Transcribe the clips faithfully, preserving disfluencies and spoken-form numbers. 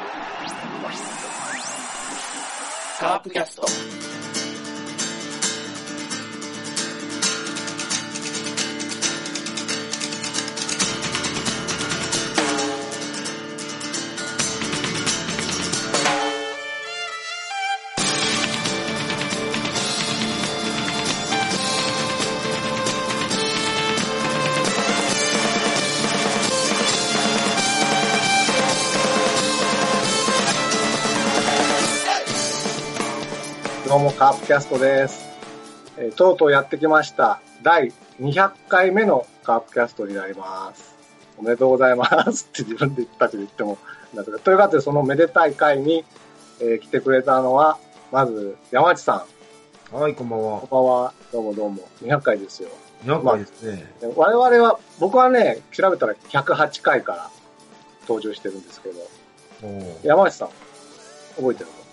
カープキャスト。 どうもカープキャストです、えー、とうとうやってきましただいにひゃっかいめのカープキャストになります。おめでとうございますって自分で言ったけど言ってもなんとかということで、そのめでたい回に、えー、来てくれたのはまず山内さん。はい、こんばんは。 こんばんは。どうもどうも。にひゃっかいですよ。 にひゃっかいですね、 まあ、我々は僕はね調べたらひゃくはちかいから登場してるんですけど、山内さん覚えてるの？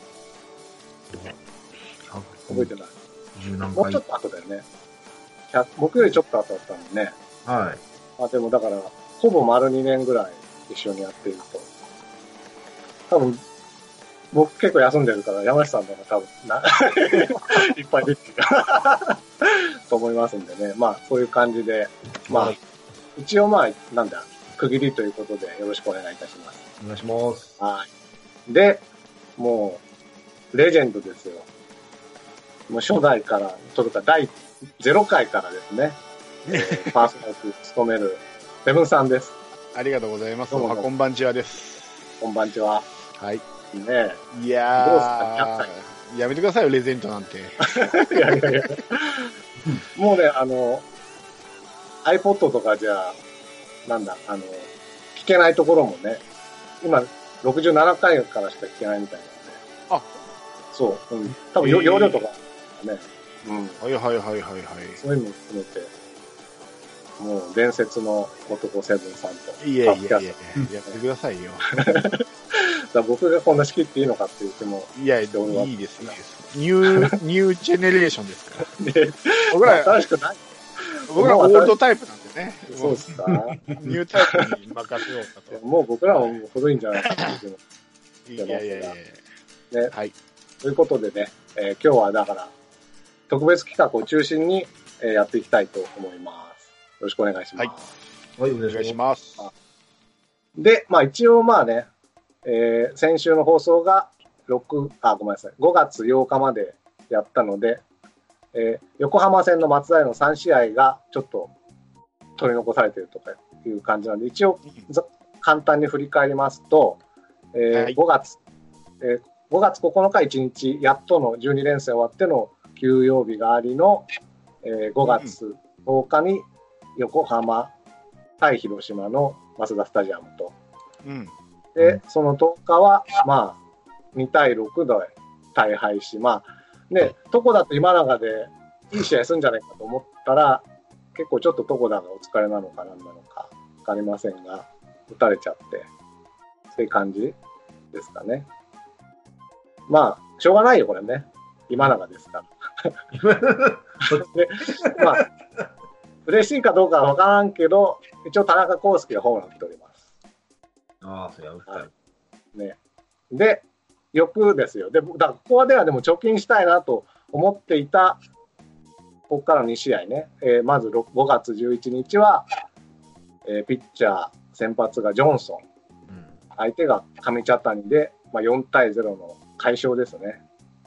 覚えてない。じゅうなんかいもうちょっと後だよね。僕よりちょっと後だったのね。 はい。 まあでもだから、ほぼ丸にねんぐらい一緒にやっていると。多分、僕結構休んでるから、山下さんとか多分な、いっぱい出てると思いますんでね。まあそういう感じで、まあ、はい、一応まあ、なんだ、区切りということでよろしくお願いいたします。 お願いします。 はい。で、もう、レジェンドですよ。もう初代から、というかだいゼロかいからですね、えー、パーソナリティ務めるセブンさんです。 ありがとうございます。おはこんばんちはです。 こんばんちは。 はい。 ねいやー、どうすか、やめてくださいよ、レジェンドなんて。 いやいやいや。もうね、あの、iPod とかじゃ、なんだ、あの、聞けないところもね、今、ろくじゅうななかいからしか聞けないみたいなんで。 あ、 そう、うん。多分、えー、容量とか、ね。 うん。はいはいはいはいはい。 そういうのも含めて、もう伝説の男セブンさんと。 いやいやいや、やってくださいよ。 だ僕がこんな仕切っていいのかって言っても。 いや、いいです、いいです。ニュー、ニュージェネレーションですから。ね、僕ら、 新しくない。 僕らオールドタイプなんでね。 そうですか。 ニュータイプに任せようかと。 もう僕らも古いんじゃないかって言っても。 いやいやいやいや。 ね。 はい。 ということでね、えー、今日はだから、特別企画を中心に、えー、やっていきたいと思います。よろしくお願いします。 はい。はい、お願いします。 で、まあ一応まあね、えー、先週の放送がろく、あ、ごめんなさい、ごがつようかまでやったので、えー、横浜戦の松田へのさんしあいがちょっと取り残されているとかいう感じなので、一応簡単に振り返りますと、えーはい、ごがつ、えー、ごがつここのかいちにち、やっとのじゅうにれんせん終わっての休養日がありの、えー、ごがつとおかに横浜対広島のマツダスタジアムと、 うん、 でそのとおかは、まあ、にたいろくで大敗し、まあね、床田と今永でいい試合するんじゃないかと思ったら、結構ちょっと床田がお疲れなのかなんなのか分かりませんが、打たれちゃってっていう感じですかね。まあしょうがないよこれね、今永ですからで、まあ嬉しいかどうかは分からんけど、一応田中康介がホームラン打っております。 ああ、そりゃ打ったよ、 はいね、で翌ですよ。でだからここではでも貯金したいなと思っていたここからのにしあいね、えー、まずごがつじゅういちにちは、えー、ピッチャー先発がジョンソン、うん、相手が上茶谷で、まあ、よんたいゼロの快勝ですね。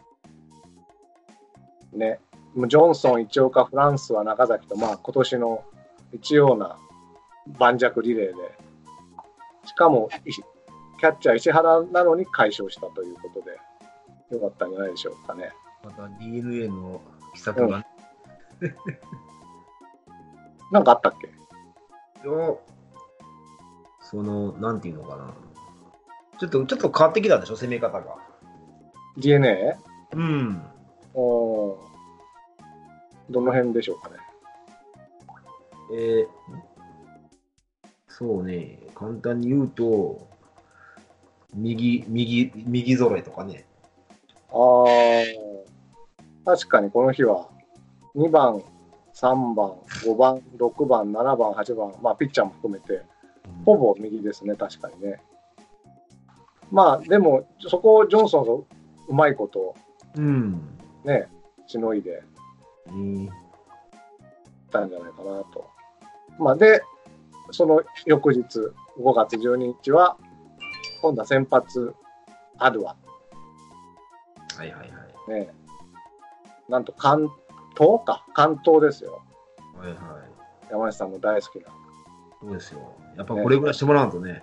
ね、ジョンソン、一岡、フランスは中崎と、まあ、今年の一応な盤石リレーで、しかもキャッチャー石原なのに快勝したということで、よかったんじゃないでしょうかね。 また ディーエヌエー の奇策が、 うん、なんかあったっけ？ いや、その、なんていうのかな。ちょっと、ちょっと変わってきたでしょ、攻め方が。 ディーエヌエー？ うん。 おー、どの辺でしょうかね。 えー、そうね、簡単に言うと、右、右、右揃えとかね。 あー、確かにこの日はにばん、さんばん、ごばん、ろくばん、ななばん、はちばん、まあピッチャーも含めて、ほぼ右ですね、確かにね。 まあ、でも、そこをジョンソンがうまいこと、 うん。 ね、しのいでえー、 たんじゃないかなと。まあ、で、その翌日、ごがつじゅうににちは、今度は先発、アドゥア。 はいはいはい。 ね、なんと関東か。関東ですよ。 はいはい。 山内さんの大好きな。 そうですよ。やっぱこれぐらいしてもらわんとね。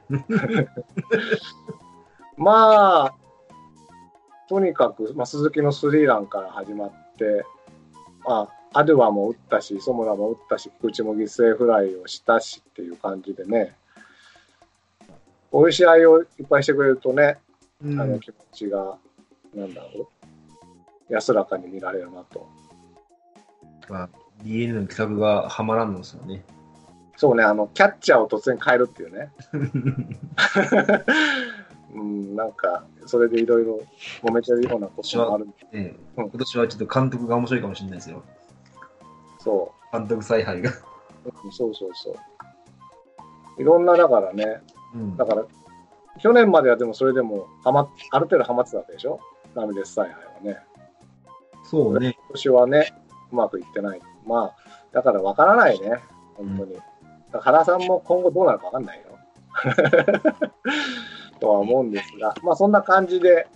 まあ、とにかく、まあ、鈴木のスリーランから始まって、まあ、アドゥアも打ったし、磯村も打ったし、菊池も犠牲フライをしたしっていう感じでね、こういう試合をいっぱいしてくれるとね、 うん、 あの気持ちが、なんだろう、安らかに見られるなと。 まあ、ディーエヌエー の企画がはまらんのですよね。 そうね、あの、キャッチャーを突然変えるっていうね。うん、なんか、それでいろいろ揉めてるようなこともある。 ええ、今年はちょっと監督が面白いかもしれないですよ。 そう。 監督采配が。 うん、そうそうそう。いろんな、だからね、 うん、 だから、去年まではでもそれでもはま、ある程度ハマってたわけでしょ、ラミレス采配はね。 そうね。 今年はね、うまくいってない。まあ、だから分からないね、本当に。うん、原さんも今後どうなるか分かんないよ。とは思うんですが、まあそんな感じで、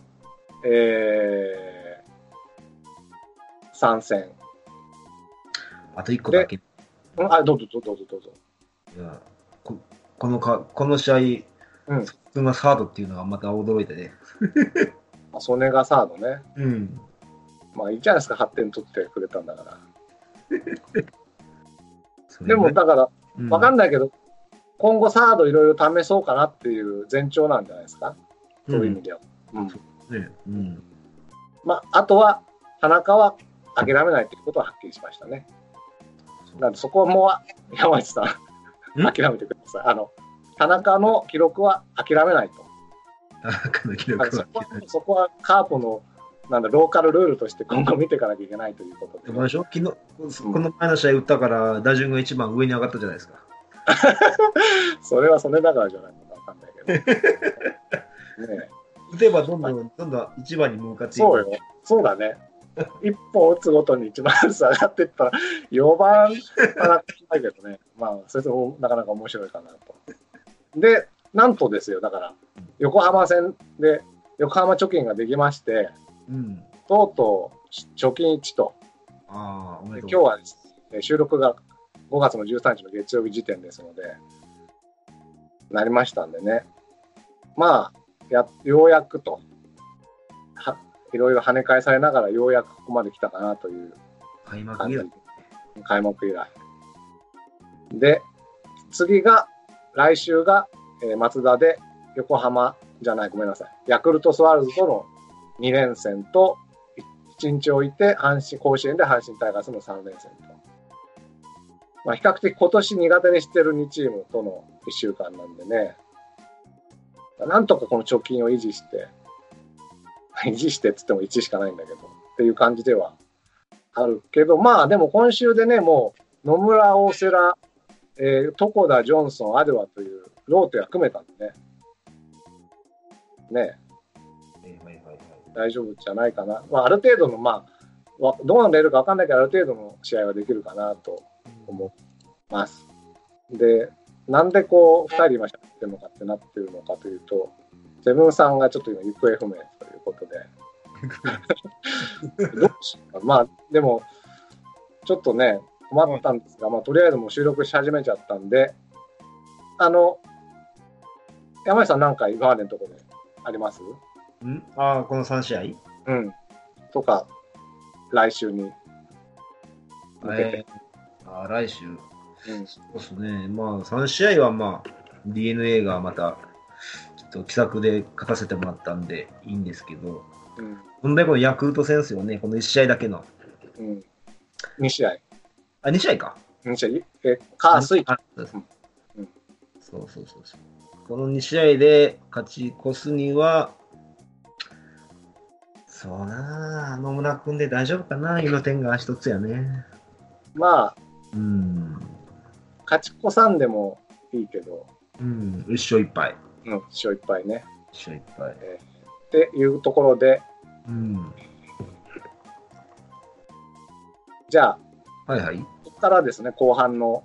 えー、参戦。 あといっこだけ。 あ、どうぞどうぞどうぞ。 いや、ここのかこの試合、うん、普通のサードっていうのがまた驚いてね。 曽根がサードね。 うん。 まあいいじゃないですか、はってん取ってくれたんだから。でもだから、わかんないけど、うん、今後サードいろいろ試そうかなっていう前兆なんじゃないですか。そういう意味では。うん。うんねうん、まあ、あとは、田中は諦めないということははっきりしましたね。なので、そこも山内さん、諦めてください。あの、田中の記録は諦めないと。 田中の記録はそこは、そこはカープのなんだローカルルールとして今後見ていかなきゃいけないということで。 でもでしょ昨日、この前の試合打ったから打順が一番上に上がったじゃないですか。 それはそれだからじゃないのかわかんないけど。ね、 打てばどんどんどんどん一番に向かっていく。 そうよ。そうだね。一本打つごとに一番ずつ上がっていったらよばん上がってないけどね。まあそれとなかなか面白いかなと。で、なんとですよ、だから横浜戦で横浜貯金ができまして。うん、とうとう貯金いちと。あ今日はです、ね、収録がごがつのじゅうさんにちの月曜日時点ですので、なりましたんでね。まあ、やようやくとは、いろいろ跳ね返されながらようやくここまで来たかなという開幕以来。 開幕以来。で、次が、来週が、えー、松田で横浜じゃない、ごめんなさい。ヤクルトスワローズとのに連戦といちにち置いて阪神甲子園で阪神タイガースのさん連戦と、まあ、比較的今年苦手にしてるにチームとのいっしゅうかんなんでね、なんとかこの貯金を維持して維持してっつってもいちしかないんだけどっていう感じではあるけど、まあでも今週でね、もう野村、大瀬良、えー、床田、ジョンソン、アデュアというローテが組めたんでねね大丈夫じゃないかな。まあ、ある程度の、まあ、どうなれるか分かんないけど、ある程度の試合はできるかなと思います。で、なんでこう、ふたり今しゃべってるのかってなってるのかというと、セブンさんがちょっと今、行方不明ということで。どうしようか。まあ、でも、ちょっとね、困ったんですが、まあ、とりあえずもう収録し始めちゃったんで、あの、山内さん、なんか今までのところであります？ んああ、このさん試合うん。とか、来週に向けて。えー、あ来週、うん。そうですね。まあ、さん試合はまあ、ディーエヌエー がまた、ちょっと奇策で勝たせてもらったんでいいんですけど、うん、問題はこのヤクルト戦ですよね。このいち試合だけの。 うん。に試合。 あ、に試合か。 に試合。え、カースイカ。 そうそうそうそう。このに試合で勝ち越すには、そうなぁ、野村君で大丈夫かな、いうの点が一つやね。 まあ、うん、勝ち越さんでもいいけど、 うん、いっ勝いっ敗。 うん、いっ勝いっ敗ね。 試合いっぱい。 えー、っていうところで、 うん、 じゃあ、 はいはい。 ここからですね、後半の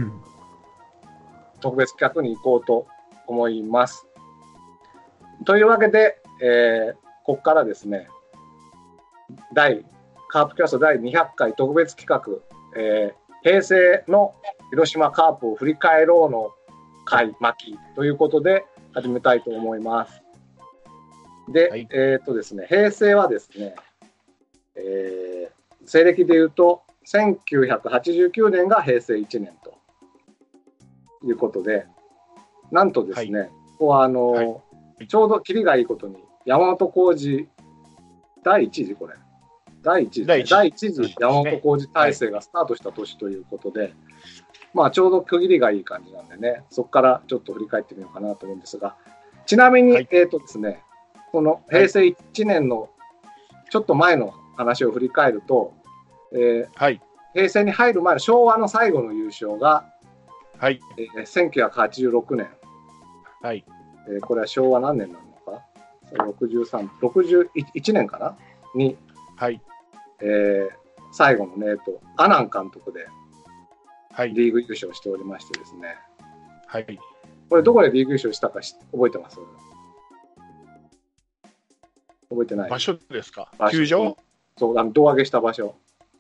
特別企画に行こうと思います。うん、というわけで、えー、ここからですね、第カープキャストだいにひゃっかい特別企画、えー、平成の広島カープを振り返ろうの回巻きということで始めたいと思います。で、はい、えっとですね、平成はですね、えー、西暦でいうとせんきゅうひゃくはちじゅうきゅうねんが平成いちねんということで、なんとですね、はい、ここはあの、はい、ちょうどキリがいいことに山本浩二だいいち次これ第一次、ね、第一次山本浩二体制がスタートした年ということで、はい、まあちょうど区切りがいい感じなんでね、そこからちょっと振り返ってみようかなと思うんですが、ちなみに、はい、えっとですね、この平成いちねんのちょっと前の話を振り返ると、えーはい、平成に入る前の昭和の最後の優勝が、はいえー、せんきゅうひゃくはちじゅうろくねん、はいえー、これは昭和何年なのか、ろくじゅうさん、ろくじゅういちねんかなに、はいえー、最後のね、えっと、阿南監督でリーグ優勝しておりましてですね、はい、これどこでリーグ優勝したか覚えてます？覚えてない？ 場所ですか？球場？ そう、あの胴上げした場所。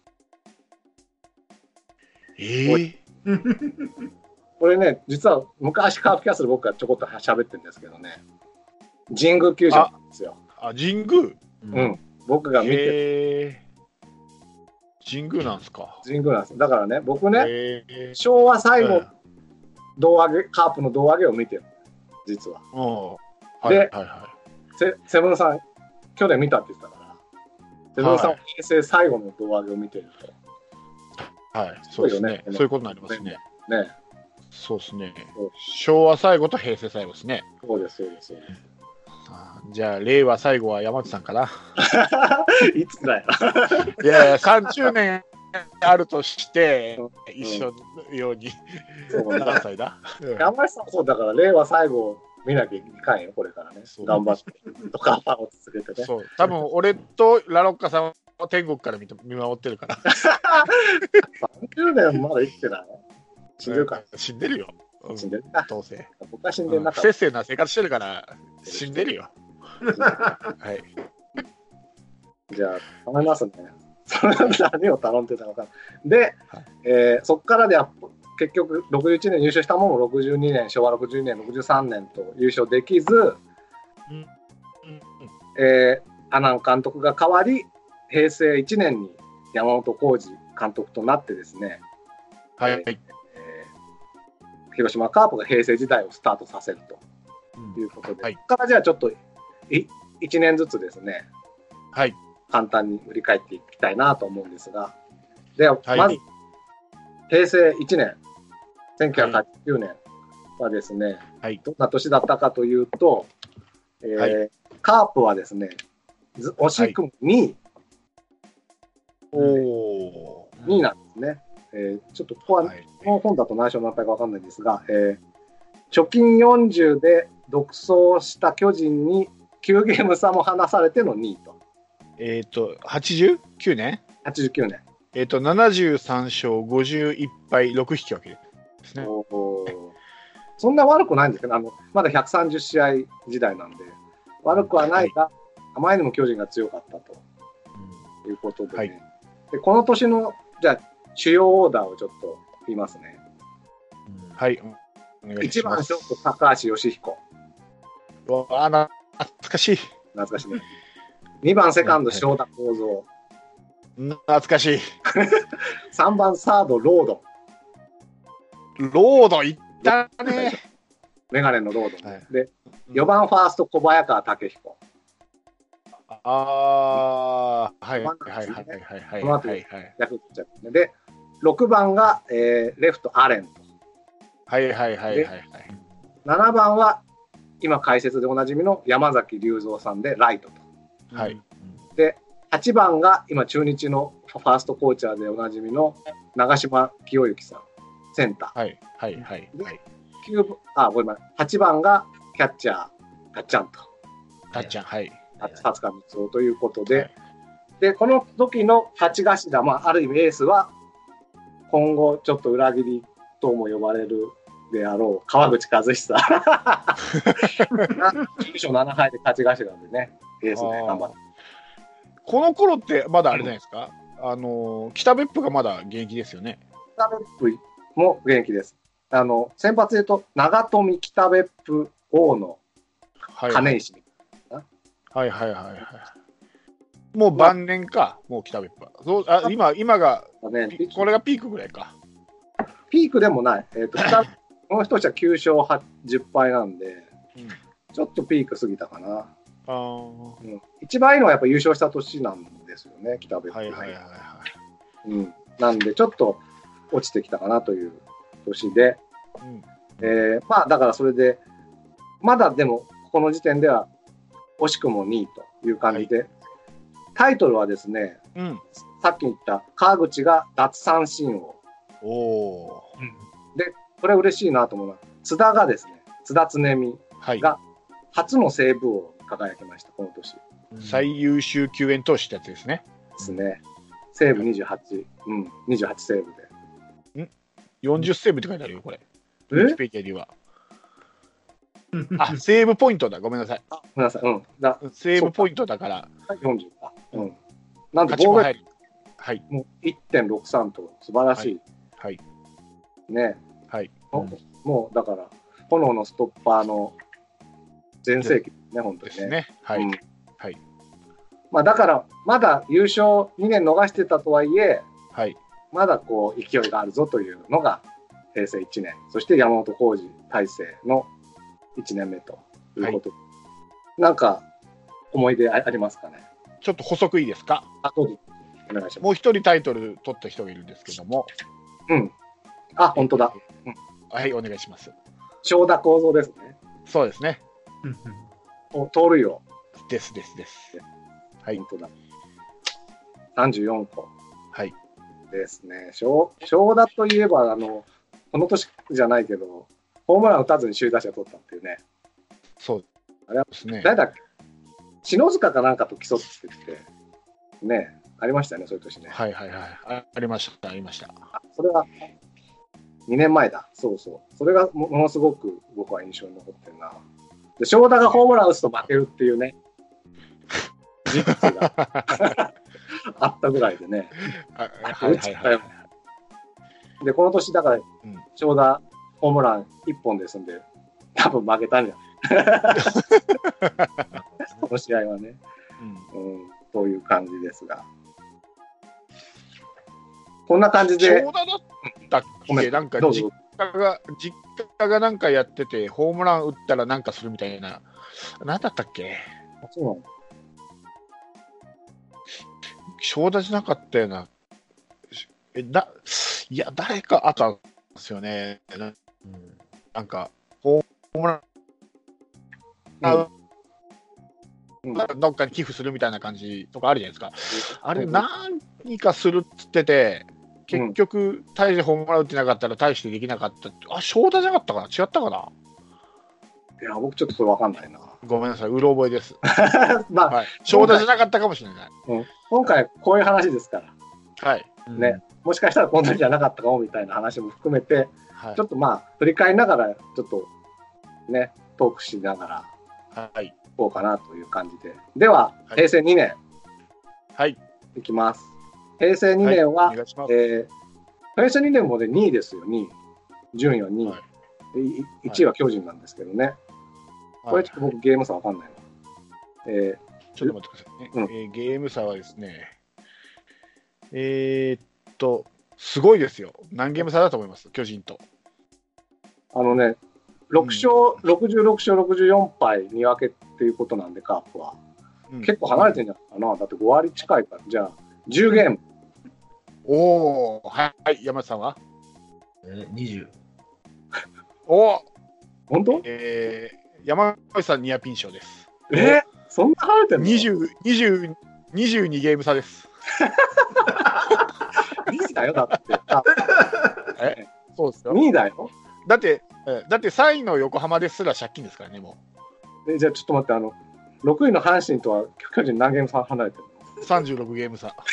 えー、 これね、実は昔カープキャストで僕がちょこっと喋ってるんですけどね、神宮球場なんですよ。 あ、あ神宮？ うん、僕が見て神宮なんですか？ 神宮なんです。だからね、僕ね、昭和最後、胴上げ、カープの胴上げを見てる、実は。で、はいはいはい、セ, セブンさん、去年見たって言ってたから、セブンさんは平成最後の胴上げを見てると。はい、そうですね。そういうことになりますね。ね。そうですね。昭和最後と平成最後ですね。 そうです、そうです。 じゃあ、令和最後は山内さんかな。 いつだよ。 いやいや、さんじゅうねんあるとして、一緒のように。うん、何歳だ？ 山内さんもそうだから、令和最後見なきゃいかんよ、これからね。頑張って。とか、を続けてね。 そう。多分、俺とラロッカさんは天国から見て見守ってるから。 さんじゅうねんまだ生きてない？死んでるか？ 死んでるよ。 死んでるか。 どうせ。 僕は死んでるな。 不摂生な生活してるから、死んでるよ。はい。 じゃあ、頼みますね。それ何を頼んでたのか。で、はい、えー、そこからでは結局ろくじゅういちねん優勝したものもろくじゅうにねん、昭和ろくじゅうにねん、ろくじゅうさんねんと優勝できず、うんうん、えー、阿南監督が変わり、平成いちねんに山本浩二監督となってですね、はい、えー、広島カープが平成時代をスタートさせるということで、うん、はい、ここからじゃあちょっといいちねんずつですね、はい、簡単に振り返っていきたいなと思うんですが、では、はい、まず平成いちねん、せんきゅうひゃくはちじゅうきゅうねんはですね、はい、どんな年だったかというと、えーはい、カープはですね、惜しくもにい、はい、にいなんですね。えー、ちょっとここは、はい、この本だと何勝何敗か分かんないんですが、えー、貯金よんじゅうで独走した巨人にきゅうゲーム差も離されてのにいと。 えっ、ー、と、はちじゅうきゅうねん ? はちじゅうきゅうねん。 えっ、ー、と、ななじゅうさんしょうごじゅういっぱいろく引き分けですね。おそんな悪くないんですけど、あのまだひゃくさんじゅうしあい時代なんで、悪くはないが、はい、あまりにも巨人が強かったと、うん、いうことでね、はい、でこの年のじゃあ主要オーダーをちょっと言いますね。 うん、はい、お願いします。いちばんショート高橋義彦。 わあ、懐かしい。 懐かしいね。にばんセカンド正田幸三。 懐かしい。 さんばんサードロード。 ロードいったね。 メガネのロード、ね、はい、でよばんファースト小早川武彦。 ああ、はいはいはいはいはいはいはい。 役っちゃってでろくばんが、えー、レフトアレンと。 はいはいはいはいはい。 ななばんは今解説でおなじみの山崎隆三さんでライトと。 はい。 ではちばんが今中日のファーストコーチャーでおなじみの長嶋清之さんセンター。 はいはいはいはい。 きゅうあごめんはちばんがキャッチャーガッチャンとたっちゃん、はい。 初川光雄ということで、はい、で、この時の勝ち頭、まあ、ある意味エースは、今後ちょっと裏切りとも呼ばれるであろう川口和久。優勝ななはいで勝ち頭でね、エースで頑張って。 この頃ってまだあれじゃないですか、うん、あの北別府がまだ現役ですよね。 北別府も現役です。あの先発で言うと長富、北別府、大野、金石。 はいはいはいはい。もう晩年か、まあ、もう北別府は。そうあ今今が、ね、これがピークぐらいか。 ピークでもない。えー、とこの人たちはきゅう勝はちじゅっぱいなんで、うん、ちょっとピーク過ぎたかな。あ、うん、一番いいのはやっぱ優勝した年なんですよね、北別府。はいはいはいはい。うん、なんで、ちょっと落ちてきたかなという年で、うんえー、まあだからそれで、まだでも、この時点では惜しくもにいという感じで、はい、タイトルはですね、うん、さっき言った川口が奪三振王。おー、うん、で、これ嬉しいなと思うのは、津田がですね、津田常美が初のセーブ王を輝きました、この年。 最優秀救援投手ってやつですね。 ですね。セーブにじゅうはち、うん、にじゅうはちセーブで。 ん ?よんじゅう セーブって書いてあるよ、これ。ウィキペディアには。あ、セーブポイントだ、ごめんなさい。 あ、ごめんなさい。うん。だセーブポイントだから。 よんじゅうか。うん。なんで、防御率、はい。もう いってんろくさん と素晴らしい。はい。はい、ね。はい。うん、もう、だから、炎のストッパーの全盛期ですね、本当にね。ですね。はい。うん、はい。まあ、だから、まだ優勝にねん逃してたとはいえ、はい。まだこう、勢いがあるぞというのが、へいせいいちねん。そして山本浩二体制のいちねんめということ、はい、なんか思い出ありますかね。 ちょっと補足いいですか。 あ、どうぞお願いします。 もう一人タイトル取った人がいるんですけども。 うん。あ、本当だ。 うん、はい、お願いします。 正田幸三ですね。 そうですね。 お、盗塁王。 ですですです。はい。 本当だ。さんじゅうよんこ。 はい。 ですね。正田といえば、あの、この年じゃないけど、ホームラン打たずに首位打者取ったっていうね。 そうあれですね。誰だっけ、篠塚かなんかと競ってて、ね、ありましたね、そういう年ね。 はいはいはい。あ, ありました、ありました。 あ、それはにねんまえだ。そうそう。それが も, ものすごく僕は印象に残ってるな。で、正田がホームラン打つと負けるっていうね、事実があったぐらいでね。はいはいはい。で、この年だから、うん、正田、ホームランいっぽんですんで、多分負けたんじゃないこの試合はね、うんうん、という感じですが。こんな感じで。 正田だったっけ、なんか実家が、実家がなんかやってて、ホームラン打ったらなんかするみたいな、なんだったっけ。あ、そうなの。正田じゃなかったよな。え、だ、いや、誰かあったんですよね。うん、なんか、ホームラン、うん、どっかに寄付するみたいな感じとかあるじゃないですか。あれ、何かするっつってて、結局、大してホームラン打ってなかったら、大してできなかった。あ、正田じゃなかったかな、違ったかな。 いや、僕ちょっとそれ分かんないな。 ごめんなさい、うろ覚えです。まあ、はい、正田じゃなかったかもしれない。 うん、今回、こういう話ですから。 はい。 ね。もしかしたらこんなじゃなかったかもみたいな話も含めて、はい、ちょっとまあ、振り返りながら、ちょっとね、トークしながら、はい。いこうかなという感じで。では、はい、へいせいにねん。はい。いきます。へいせいにねんは、はい、えー、へいせいにねんもね、にいですよ、にい。順位はにい。はい、いちいは巨人なんですけどね。はい、これちょっと僕ゲーム差わかんないわ。 えー、ちょっと待ってくださいね。うん、えー、ゲーム差はですね、えー、っと、すごいですよ。何ゲーム差だと思います、巨人と。 あのね、ろく勝、うん、ろくじゅうろく勝ろくじゅうよん敗に分けっていうことなんで、カープは。うん、結構離れてるんじゃないかな。だってご割近いから。じゃあ、じゅうゲーム。 おー、はい、山田さんはえー、にじゅう。 お本当？ えー、山口さんニアピン賞です。 えー、そんな離れてるの？ にじゅう、にじゅう、にじゅうにゲーム差です。 にいだよ、だって。 え、そうですよ。 にいだよ。 だって、だってさんいの横浜ですら借金ですからね、もう。え、じゃあちょっと待って、あの、 ろくいの阪神とは巨人何ゲーム差離れてるの？ さんじゅうろくゲーム差。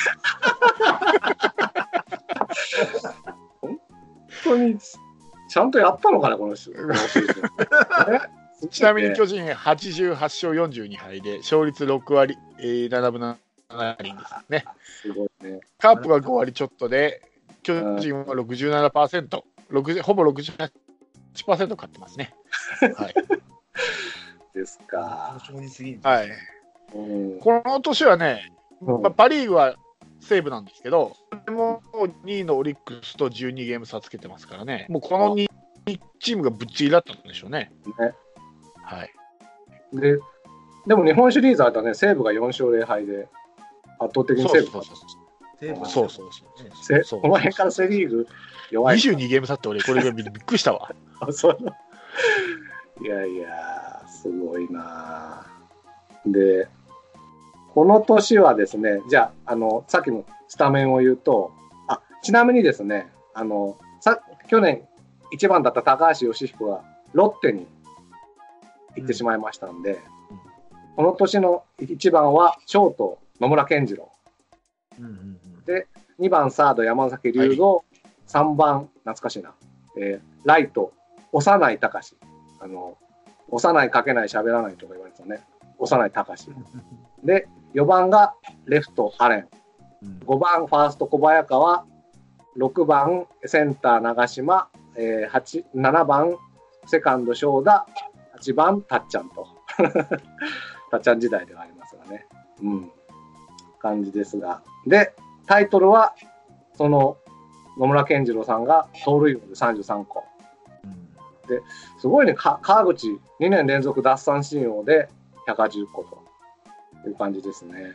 本当にちゃんとやったのかな、この人。このシーズンちなみに巨人はちじゅうはち勝よんじゅうに敗で勝率ろく割、えー、ななぶなな厘ですね。 すごいね。 カープがご割ちょっとで、巨人は ろくじゅうななパーセント、ほぼ ろくじゅうはちパーセント 勝ってますね。はい、ですか。 はい、 うん、 この年はね、 うんまあ、パ・リーグは西武なんですけど、でもにいのオリックスとじゅうにゲーム差つけてますからね、もうこの 2, チームがぶっちぎりだったんでしょうね。 ね、 はい、 で, でも日本シリーズあったね、西武がよん勝ぜろ敗で圧倒的に西武そうそうそうそうそうそう、 この辺からセ・リーグ弱い。 にじゅうにゲーム差って俺これがびっくりしたわ。 あ、そういやいや、すごいな。で、この年はですね、じゃあ、あの、さっきのスタメンを言うと、あ、ちなみにですね、あの、さ去年いちばんだった高橋義彦はロッテに行ってしまいましたんで、うん、この年のいちばんはショート野村健次郎。うんうんうん、で、にばんサード山崎龍三、はい、さんばん懐かしいな、えー、ライト幼い隆、あの幼い書けない喋らないとか言われてたね、幼い隆で、よばんがレフトアレン、ごばんファースト小早川、ろくばんセンター長島、えー、ななばんセカンド正田、はちばんたっちゃんとたっちゃん時代ではありますがね、うん、感じですが、でタイトルはその野村健次郎さんが盗塁王でさんじゅうさんこ、うん、ですごいね、か川口にねん連続奪三振王でひゃくはちじゅっこという感じですね。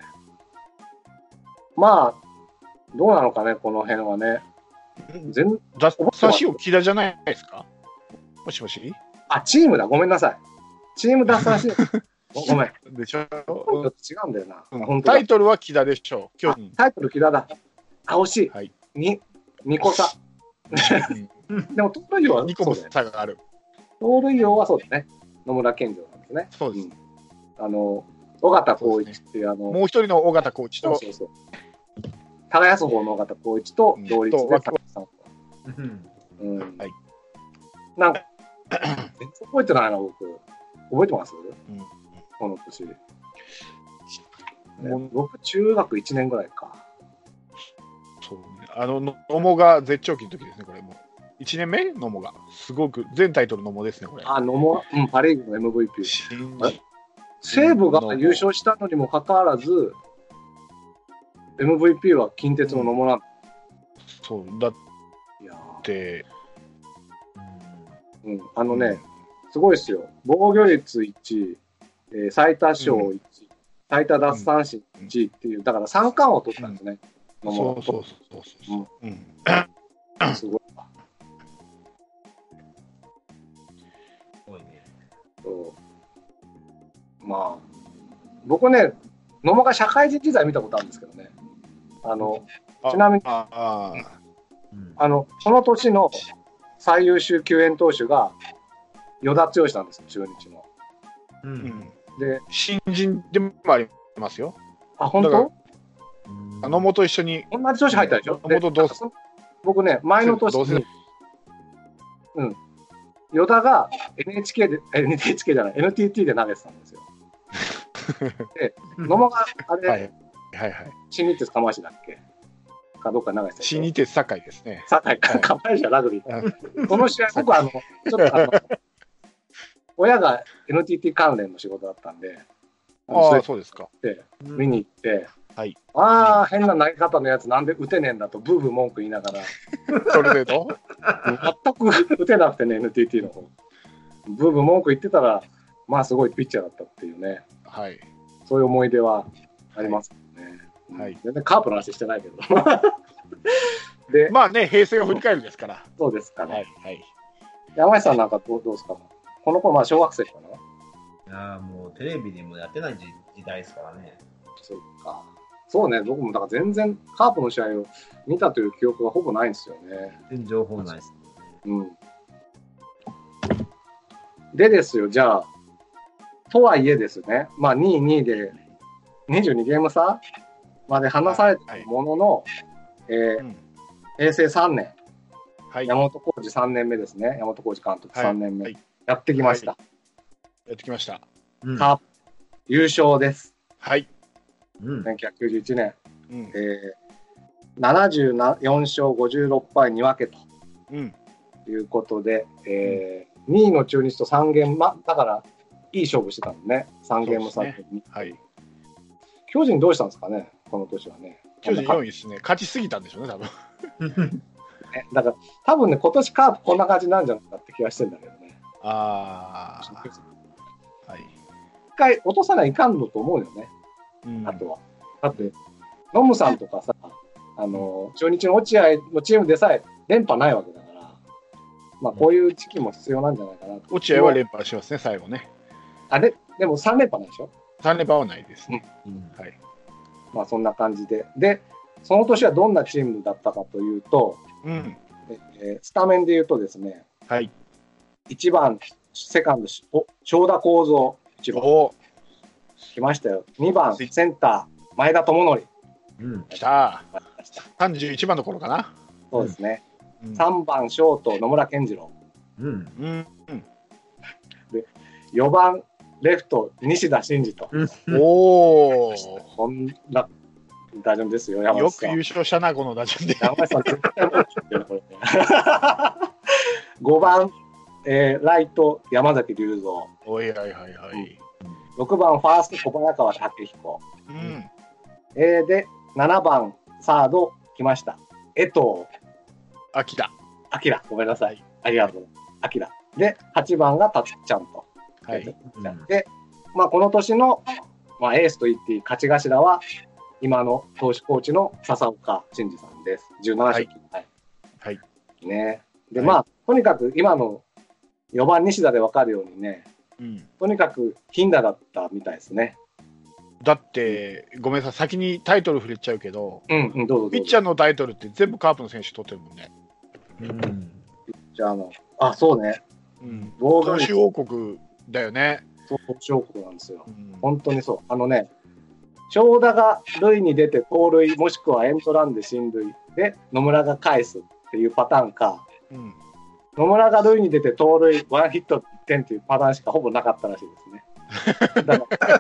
まあどうなのかね、この辺はね。 全奪三振王木田じゃないですか。もしもし。 あ、チームだ、ごめんなさい。チーム奪三振王ごめん。 でしょ。 違うんだよな、 うん、タイトルは木田でしょう。 タイトル木田だ。あ、惜しい。 はい、 ににこ差。でも盗塁王はにこも差がある。 盗塁王はそうですね。野村健次郎なんですね。 そうです。 うん、あの尾形浩一っていう、あのもう一人の尾形浩一と、 そうそうそう、耕す方の尾形浩一と同率で高橋さん。うん。はい。なんか全然覚えてないな、僕。覚えてます？うん、この年。ね、僕中学いちねんぐらいか。 そうね。あの野茂が絶頂期の時ですね、これもう。いちねんめ野茂が。すごく全タイトル野茂ですね、これ。 あ、野茂、うん、パ・リーグの エムブイピー。西武が優勝したのにもかかわらず、エムブイピー は近鉄の野茂なんだ。 うん、そう、だって、 うん、あのね、うん、すごいですよ。防御率いち、えー、最多勝いち、うん、最多奪三振いちっていう、だから三冠を取ったんですね。 うん、そうそうそうそう。うんうん、すごい。まあ、僕ね、野茂が社会人時代見たことあるんですけどね。あの、ちなみに、あああの、その年の最優秀救援投手が与田剛なんですよ、中日の。 うん、で、新人でもありますよ。 あ、本当？ 野茂と一緒に。 同じ年入ったでしょ。 野茂と同世僕ね、前の年に、うん、与田が エヌエイチケー で、エヌエイチケー じゃない、エヌティーティー で投げてたんですよ。で、野茂があれ、はいはいはい、新日鉄釜石だっけかどっか投げてた。 新日鉄堺ですね。 堺か、釜石はラグビー。この試合、僕はあの、ちょっとあの、親が エヌティーティー 関連の仕事だったんで、 ああ、そうですか。 で、見に行って、 はい、 ああ、変な投げ方のやつなんで打てねえんだとブーブー文句言いながら。 それでど全く打てなくてね、エヌティーティー の方。ブーブー文句言ってたら、まあすごいピッチャーだったっていうね。 はい。 そういう思い出はありますね。はい。全然カープの話してないけど。 で、まあね、平成を振り返るですから。 そうですかね。 はい。はい、 山下さんなんかどう、どうですか？この頃、まあ小学生かな。いやもうテレビでもやってない時代ですからね。 そうか。そうね、僕もだから全然カープの試合を見たという記憶がほぼないんですよね。 全然情報ないです、 ね。うん。でですよ、じゃあ、 とはいえですね、まあ、にい、にいでにじゅうにゲーム差まで離されたものの、はいはい、えーうん、へいせいさんねん、はい、山本浩二さんねんめですね、山本浩二監督さんねんめ、はいはい、やってきました。はい、 やってきました。 カープ優勝です。 はい。 せんきゅうひゃくきゅうじゅういちねん、うんえー、ななじゅうよんしょうごじゅうろっぱいに分けと、うん、いうことで、えーうん、にいの中日とさんゲーム、ま、だからいい勝負してたのね、さんゲーム差に、ねはい。巨人どうしたんですかね、この年はね。 巨人よんいですね、勝ちすぎたんでしょうね、多分ねだから多分ね、今年カープこんな感じなんじゃないかって気がしてるんだけどね。 ああ。はい。 一回落とさないかんのと思うよね、うん、あとは。だって、ノムさんとかさ、あの中日の落合のチームでさえ連覇ないわけだから、まあ、こういう時期も必要なんじゃないかなと。 落合は連覇しますね、最後ね。 あれでもさん連覇なんでしょ ?さん連覇はないですね。 うんはい。まあそんな感じで。で、その年はどんなチームだったかというと、うんえー、スタメンで言うとですね、はい、いちばん、セカンド、お長田幸三、いちばん。お来ましたよ。にばん、センター、前田智則。 うん、来た。さんじゅういちばんの頃かな。 そうですね。うん、さんばん、ショート、野村健次郎。うん。うん、でよばん、レフト、西田慎二と。 おお。 こんな打順ですよ、 山よく優勝したな、この打順で。 山さん、絶対もうちょっとよ、これ。ごばん、えー、ライト、山崎隆三。 おいはいはいはい。 ろくばん、ファースト、小早川武彦。うんえー、で、ななばん、サード、来ました。江藤。 あきら。 あきら、ごめんなさい。ありがとう。あきら。で、はちばんがたつきちゃんと。はい、で、まあ、この年の、まあ、エースと言っていい勝ち頭は今の投手コーチの笹岡慎二さんです。じゅうなな勝。はい。はい。ね。で、はい、まあとにかく今のよばん西田で分かるようにね、うん、とにかく頻打だったみたいですね。 だってごめんなさい先にタイトル触れちゃうけど、 うんうん、どうぞどうぞピッチャーのタイトルって全部カープの選手取ってるもんね。 うん。ピッチャーのあそうね。 うん。投手王国だよね。 そう、投手王国なんですよ、うん。本当にそう。あのね、長田が塁に出て盗塁、もしくはエンドランで進塁で野村が返すっていうパターンか、うん、野村が塁に出て盗塁、ワンヒットいってんっていうパターンしかほぼなかったらしいですね。だから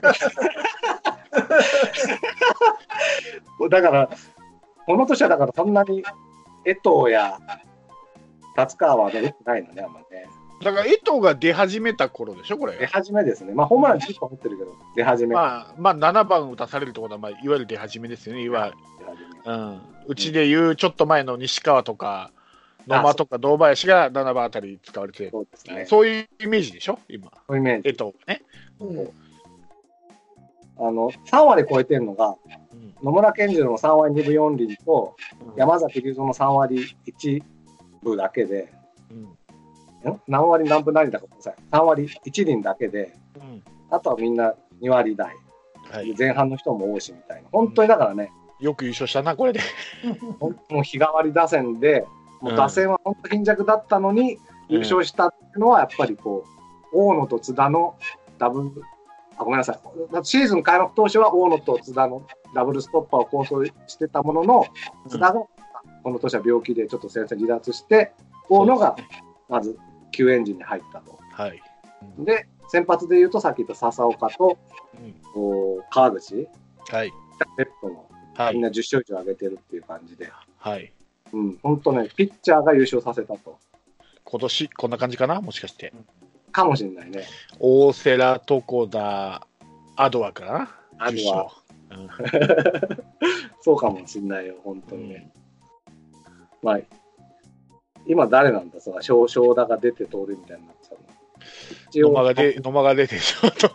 だからこの年はだからそんなに江藤や達川はね打ってないのね、あんまりね。 だから江藤が出始めた頃でしょ、これ。 出始めですね。まあ、ホームランじゅっぽん打ってるけど、出始め。 まあ、まあ、ななばん打たされるってことは、まあ、いわゆる出始めですよね、いわゆる。うん。うちでいうちょっと前の西川とか、野間とか堂林がななばんあたり使われて、そうですね。そういうイメージでしょ、今。 そういうイメージ。 江藤ね。うん。 あの、さんわり超えてるのが、うん、野村健次郎のさんわりにぶよんりんと、うん、山崎隆三のさんわりいちぶだけで、うん何割何分何厘だかごめんなさい。さんわりいちりんだけで、うん、あとはみんなにわり台、はい、前半の人も多いしみたいな。本当にだからね。 うん、よく優勝したな、これで。 もう日替わり打線で、もう打線は本当貧弱だったのに、優勝したっていうのは、やっぱりこう、大野と津田のダブル、あ、ごめんなさい。シーズン開幕当初は大野と津田のダブルストッパーを構想してたものの、津田がこの年は病気でちょっと先生離脱して、大野がまず、救援陣に入ったと。はい、で、先発でいうと、さっき言った笹岡と、うん、川口、はい、ペットの、はい、みんなじゅっしょう以上上げてるっていう感じで、はいうん、本当ね、ピッチャーが優勝させたと。 今年、こんな感じかな、もしかして。 かもしれないね。 大瀬良、床田、アドアかな、 アドア。うん、そうかもしれないよ、本当にね。うん、まあ今誰なんだ、その翔田が出て通るみたいになってたの。 野間が出、野間が出てしまうと。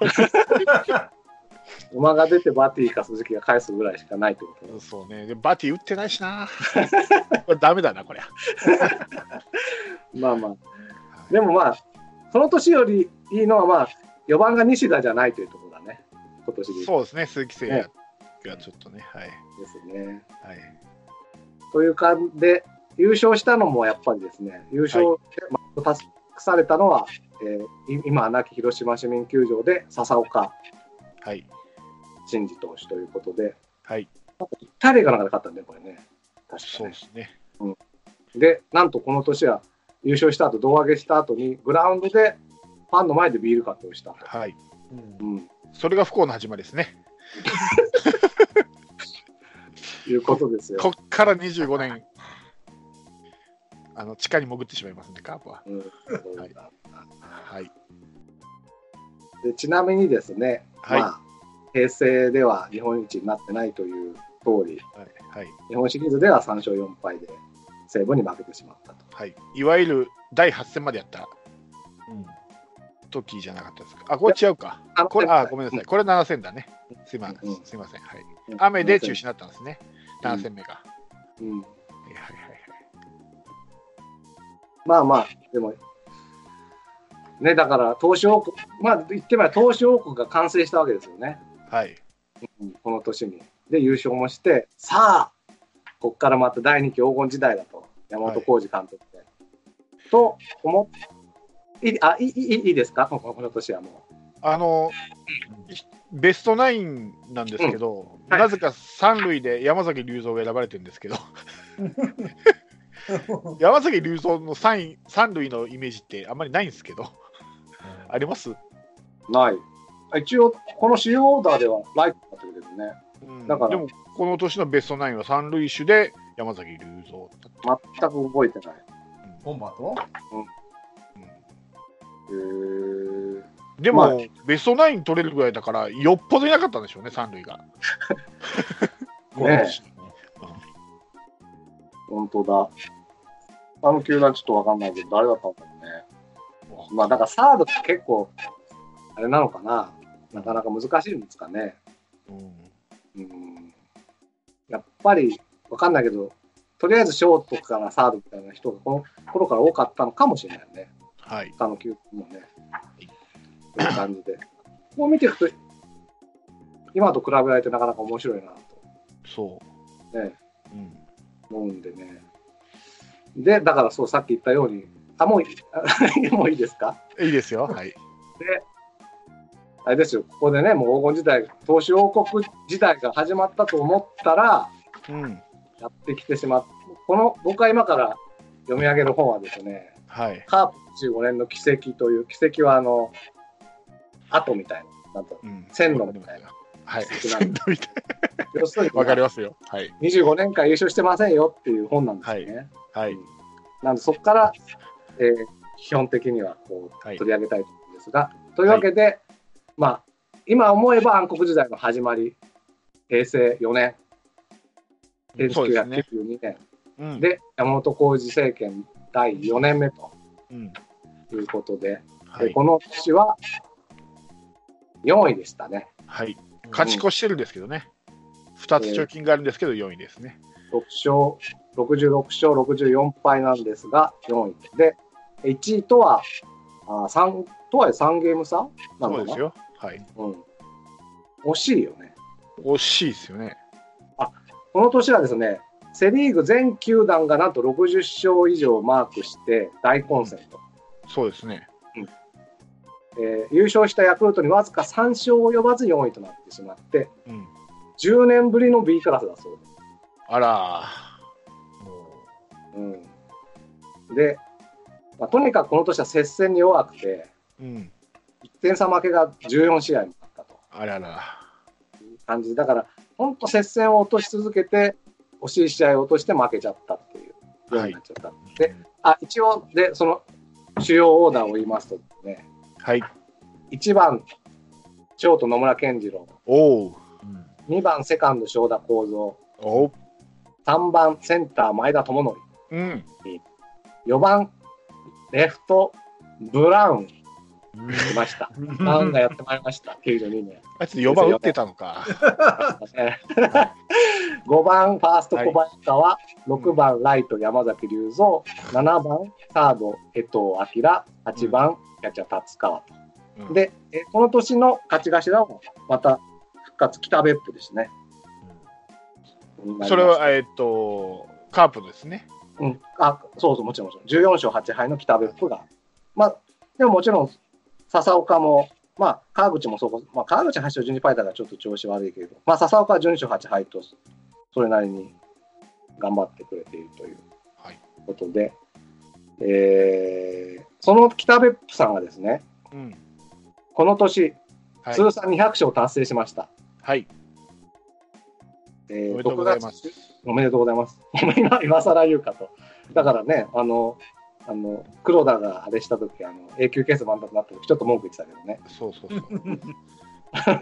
野間が出てバティか鈴木が返すぐらいしかないってことね。 そうね。でバティ打ってないしな。これダメだな、こりゃ。 まあまあ。でもまあ、その年よりいいのはまあ、よばんが西田じゃないというところだね。今年で。 そうですね。鈴木誠也がちょっとね。はい。 ですね。はい。という感じで、優勝したのもやっぱりですね、優勝で、はい、託されたのはえー、今は亡き広島市民球場で笹岡はい。 慎二投手ということで、 はい。 イタリアかなんかで勝ったんだよ、これね。確かそうねですね。 で、なんとこの年は優勝した後、胴上げした後に、グラウンドでファンの前でビールかけをしたと。 はい。 うんうん。 それが不幸の始まりですね。 いうことですよ。 こっからにじゅうごねん、あの地下に潜ってしまいますんで、カープは。 うんはいはい。 でちなみにですね、 はいまあ、平成では日本一になってないという通り、 はい。はい。 日本シリーズではさんしょうよんぱいで西武に負けてしまったと。 はい、いわゆるだいはち戦までやったうん時じゃなかったですか。あ、これ違うか。これ、あ、ごめんなさい。これなな戦だね。すいません。 うんすいません。はい。 うん雨で中止になったんですね。なな戦目が。 うん、 はいはいはいまあまあ、でも、ね、だから投手王国、まあ言ってみれば投手王国が完成したわけですよね、 はい。はい。 うんこの年に。で、優勝もして、さあ、ここからまただいにき黄金時代だと、山本浩二監督で。と思っいいあいいいいいいですか、この年はもう。 あの、ベストナインなんですけど、 はいなぜか三塁で山崎隆三が選ばれてるんですけど、山崎隆三の三位三塁のイメージってあんまりないんですけど、あります？ ない。一応、この主要オーダーではライトだったけどね、 うんだからでも、この年のベストナインは三塁手で山崎隆三だった。 全く覚えてない。 ボンバーとへーでも、 まあベストナイン取れるぐらいだから、よっぽどいなかったんでしょうね、三塁が。この年本当だ。あの球団ちょっとわかんないけど、誰だったんだろうね。まあ、だからサードって結構、あれなのかな。なかなか難しいんですかね。 うんうん。やっぱり、わかんないけど、とりあえずショートからサードみたいな人がこの頃から多かったのかもしれないね。 はい。 他の球団もね。という感じで。こう見ていくと、今と比べられてなかなか面白いなそと、ね、 う。うん思うんでね。で、だからそう、さっき言ったように、あ、もういい、もういいですか？ いいですよ。はい。 で、あれですよ、ここでね、もう黄金時代、投手王国時代が始まったと思ったら、 うん。 やってきてしまって、この、僕が今から読み上げる本はですね、 はい。 カープじゅうごねんの奇跡という、奇跡はあの、跡みたいな、なんとうん線路みたいな。 はい。 奇跡なんで線路みたい要するに、 わかりますよ。はい。 にじゅうごねんかん優勝してませんよっていう本なんですよね。 はい。 なんでそこから、えー基本的にはこうはい取り上げたいと思うんですが、というわけで、まあ、今思えば暗黒時代の始まり、平成よねん、 そうですね。 せんきゅうひゃくきゅうじゅうにねんうん。 で山本浩二政権だいよねんめとうん。 いうことで、 はい。 でこの年はよんいでしたね。 はい。勝ち越してるんですけどね。ふたつ貯金があるんですけど、よんいですね。 ろく勝、ろくじゅうろく勝、ろくじゅうよんぱいなんですが、よんいで、いちいとは、あさんとはいえさんゲーム差なのかな。 そうですよ。はい。 うん。惜しいよね。 惜しいですよね。 この年はですね、セ・リーグ全球団がなんとろくじゅっ勝以上マークして大混戦と。 そうですね。 えー優勝したヤクルトにわずかさん勝及ばずよんいとなってしまって、 うん。 じゅうねんぶりの B クラスだそうです。 あらうん、で、まあ、とにかくこの年は接戦に弱くて、 ー。うん。 いってん差負けがじゅうよん試合もあったとあらら。 いう感じだから、本当接戦を落とし続けて、惜しい試合を落として負けちゃったっていうようになっちゃった。で、あ、一応、で、その主要オーダーを言いますとですね、 はい。 いちばん、ショート野村健次郎、 おう。 にばん、セカンド正田幸三、 おう。 さんばん、センター前田智則、 うん。 よばん、レフト、ブラウン、来ました。ブラウンがやってまいりました、きゅうじゅうにねん。 あいつよばん打ってたのか。 ごばん、ファースト小林川、ろくばん、ライト山崎隆三、ななばん、サード江藤明、はちばん、キャッチャー達川と。 うんで、えこの年の勝ち頭はまた復活、北別府ですね。 それは、えーっと、カープですね。 うん、あそうそう、もちろんもちろん。じゅうよん勝はち敗の北別府が、まあ、 でももちろん、笹岡も、まあ、川口もそこ、まあ、川口はち勝じゅうに敗だからちょっと調子悪いけど、まあ、笹岡はじゅうに勝はち敗と、それなりに頑張ってくれているということで、はい、えー、その北別府さんがですね、うん、この年、はい、通算にひゃく勝達成しました。 はい。 えー、おめでとうございます。おめでとうございます。今、今更言うかと。だからね、あの、あの黒田があれしたとき、あの永久欠番だとなったとき、ちょっと文句言ってたけどね。 そうそうそう。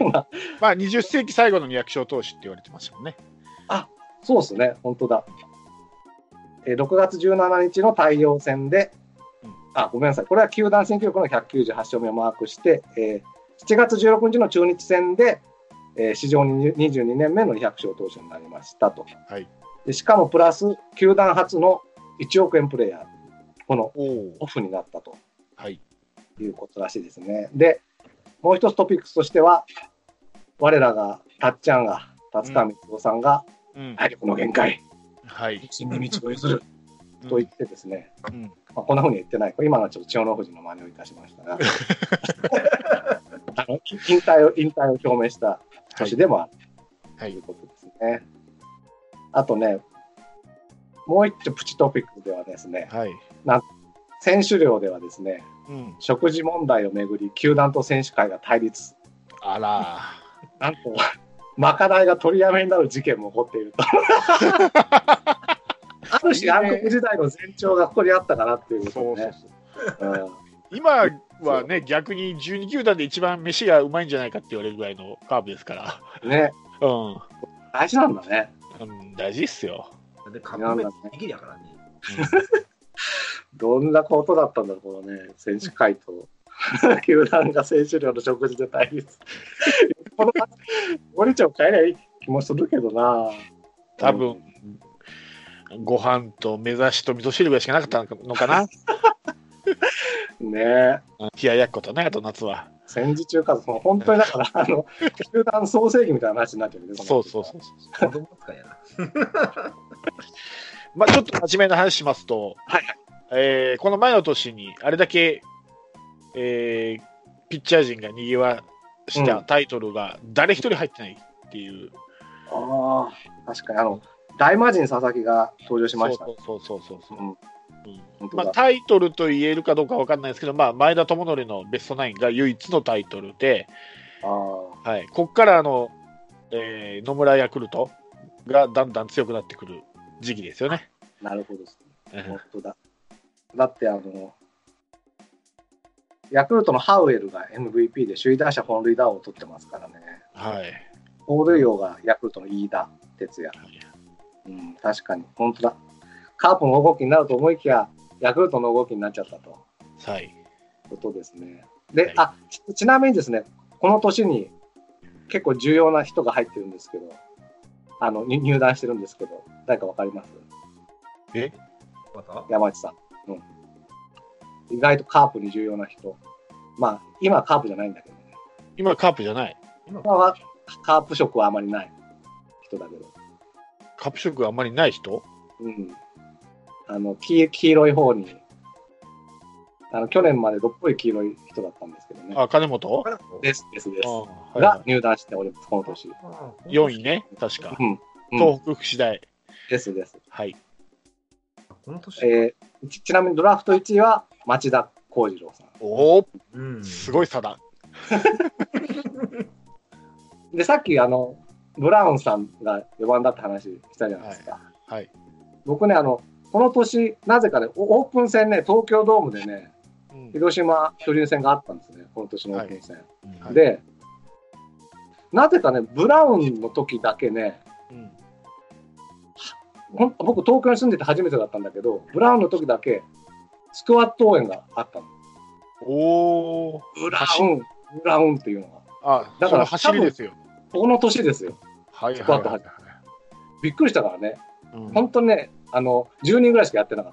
まあ、にじゅっ世紀最後のにひゃく勝投手って言われてますもんね。 あ、そうですね、本当だ。えー、ろくがつじゅうしちにちの太陽戦で、うん、あ、ごめんなさい、これは球団新記録のひゃくきゅうじゅうはち勝目をマークして、えー、しちがつじゅうろくにちの中日戦で、えー、史上にじゅうにねんめのにひゃく勝投手になりましたと。はい、でしかもプラス、球団初のいちおくえんプレーヤー。このオフになったと、はい、いうことらしいですね。で、もう一つトピックスとしては、我らがたっちゃんが、達川光夫さんが、うん、体力の限界、はい、真に道を譲ると言ってですね、うんまあ、こんなふうには言ってない、今のはちょっと千代の富士の真似をいたしましたが、あの引退を引退を表明した年でもある、はい、ということですね。はい、あとね、もう一丁プチトピックではですね、はい、なん選手寮ではですね、うん、食事問題をめぐり球団と選手会が対立。 あら、 なんとまかないが取りやめになる事件も起こっていると。ある種暗黒時代の前兆がここにあったかなっていうことね。 今はね、逆にじゅうに球団で一番飯がうまいんじゃないかって言われるぐらいのカーブですからね、うん、大事なんだね、 うん、大事っすよ。 でカップ麺握りやからね。 どんなことだったんだろう、このね、選手会と球団が選手寮の食事で対立。この森ちゃん帰りゃいい気もするけどな。 多分、うん、ご飯と目指しと味噌汁がしかなかったのかな。 ねえ。 冷ややっことね、あと夏は。 戦時中か、その本当にだから、あの球団創世記みたいな話になってるね。 そうそうそうそう。子供使いやな。まあちょっと真面目な話しますと、はいえー、この前の年にあれだけ、えー、ピッチャー陣がにぎわしたタイトルが誰一人入ってないっていう。 うん、ああ、確かにあの大魔神佐々木が登場しました、ね。 そうそうそうそうそう。うんうんまあ、タイトルと言えるかどうかわかんないですけど、まあ、前田智則のベストナインが唯一のタイトルで、あ、はい、ここからあの、えー、野村ヤクルトがだんだん強くなってくる時期ですよね。 なるほどですね。本当だ。だってあのヤクルトのハウエルが エムブイピー で首位打者本塁打王を取ってますからね。はい。盗塁王がヤクルトの飯田哲也。はい、うん、確かに本当だ。カープの動きになると思いきやヤクルトの動きになっちゃったと。はい。ことですね。で、はい、あ ち, ちなみにですね、この年に結構重要な人が入ってるんですけど、あの入団してるんですけど、誰かわかります？ え？ 山内さん、うん。意外とカープに重要な人。まあ今はカープじゃないんだけどね。 今はカープじゃない。 今はカープ色はあまりない人だけど。 カープ色はあまりない人？ うん。あの 黄, 黄色い方にあの去年までどっぷり黄色い人だったんですけどね。 あ、金本ですですです、はいはい、が入団しております、この年。 よんいね、確か。うん、東北福祉大。 ですです。 はい。 この年、えー、ち, ちなみにドラフトいちいは町田幸次郎さん。 おお、うん、すごい差だ。 で、さっきあのブラウンさんがよばんだって話したじゃないですか。はい。はい、僕ね、あのこの年、なぜかね、オープン戦ね、東京ドームでね、うん、広島巨人戦があったんですね、この年のオープン戦。はいはい、で、なぜかね、ブラウンの時だけね、うん、ほん僕、東京に住んでて初めてだったんだけど、ブラウンの時だけ、スクワット応援があったの。おー、ブラウン、ブラウンっていうのが。 あ、だから走りですよ。 この年ですよ。はいはいはいはい、びっくりしたからね。うん、本当にね、あのじゅうにんぐらいしかやってなかった。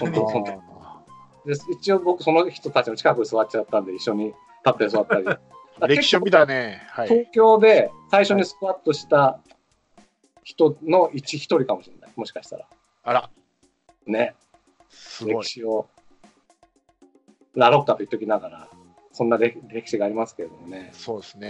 本当本当で一応僕その人たちの近くに座っちゃったんで一緒に立って座ったり。 歴史を見たね、はい。 東京で最初にスクワットした人の一一人かもしれない。もしかしたら。 あら。 ね。すごい。歴史をラロッカと言っときながら、そんな歴歴史がありますけれどもね。 そうですね。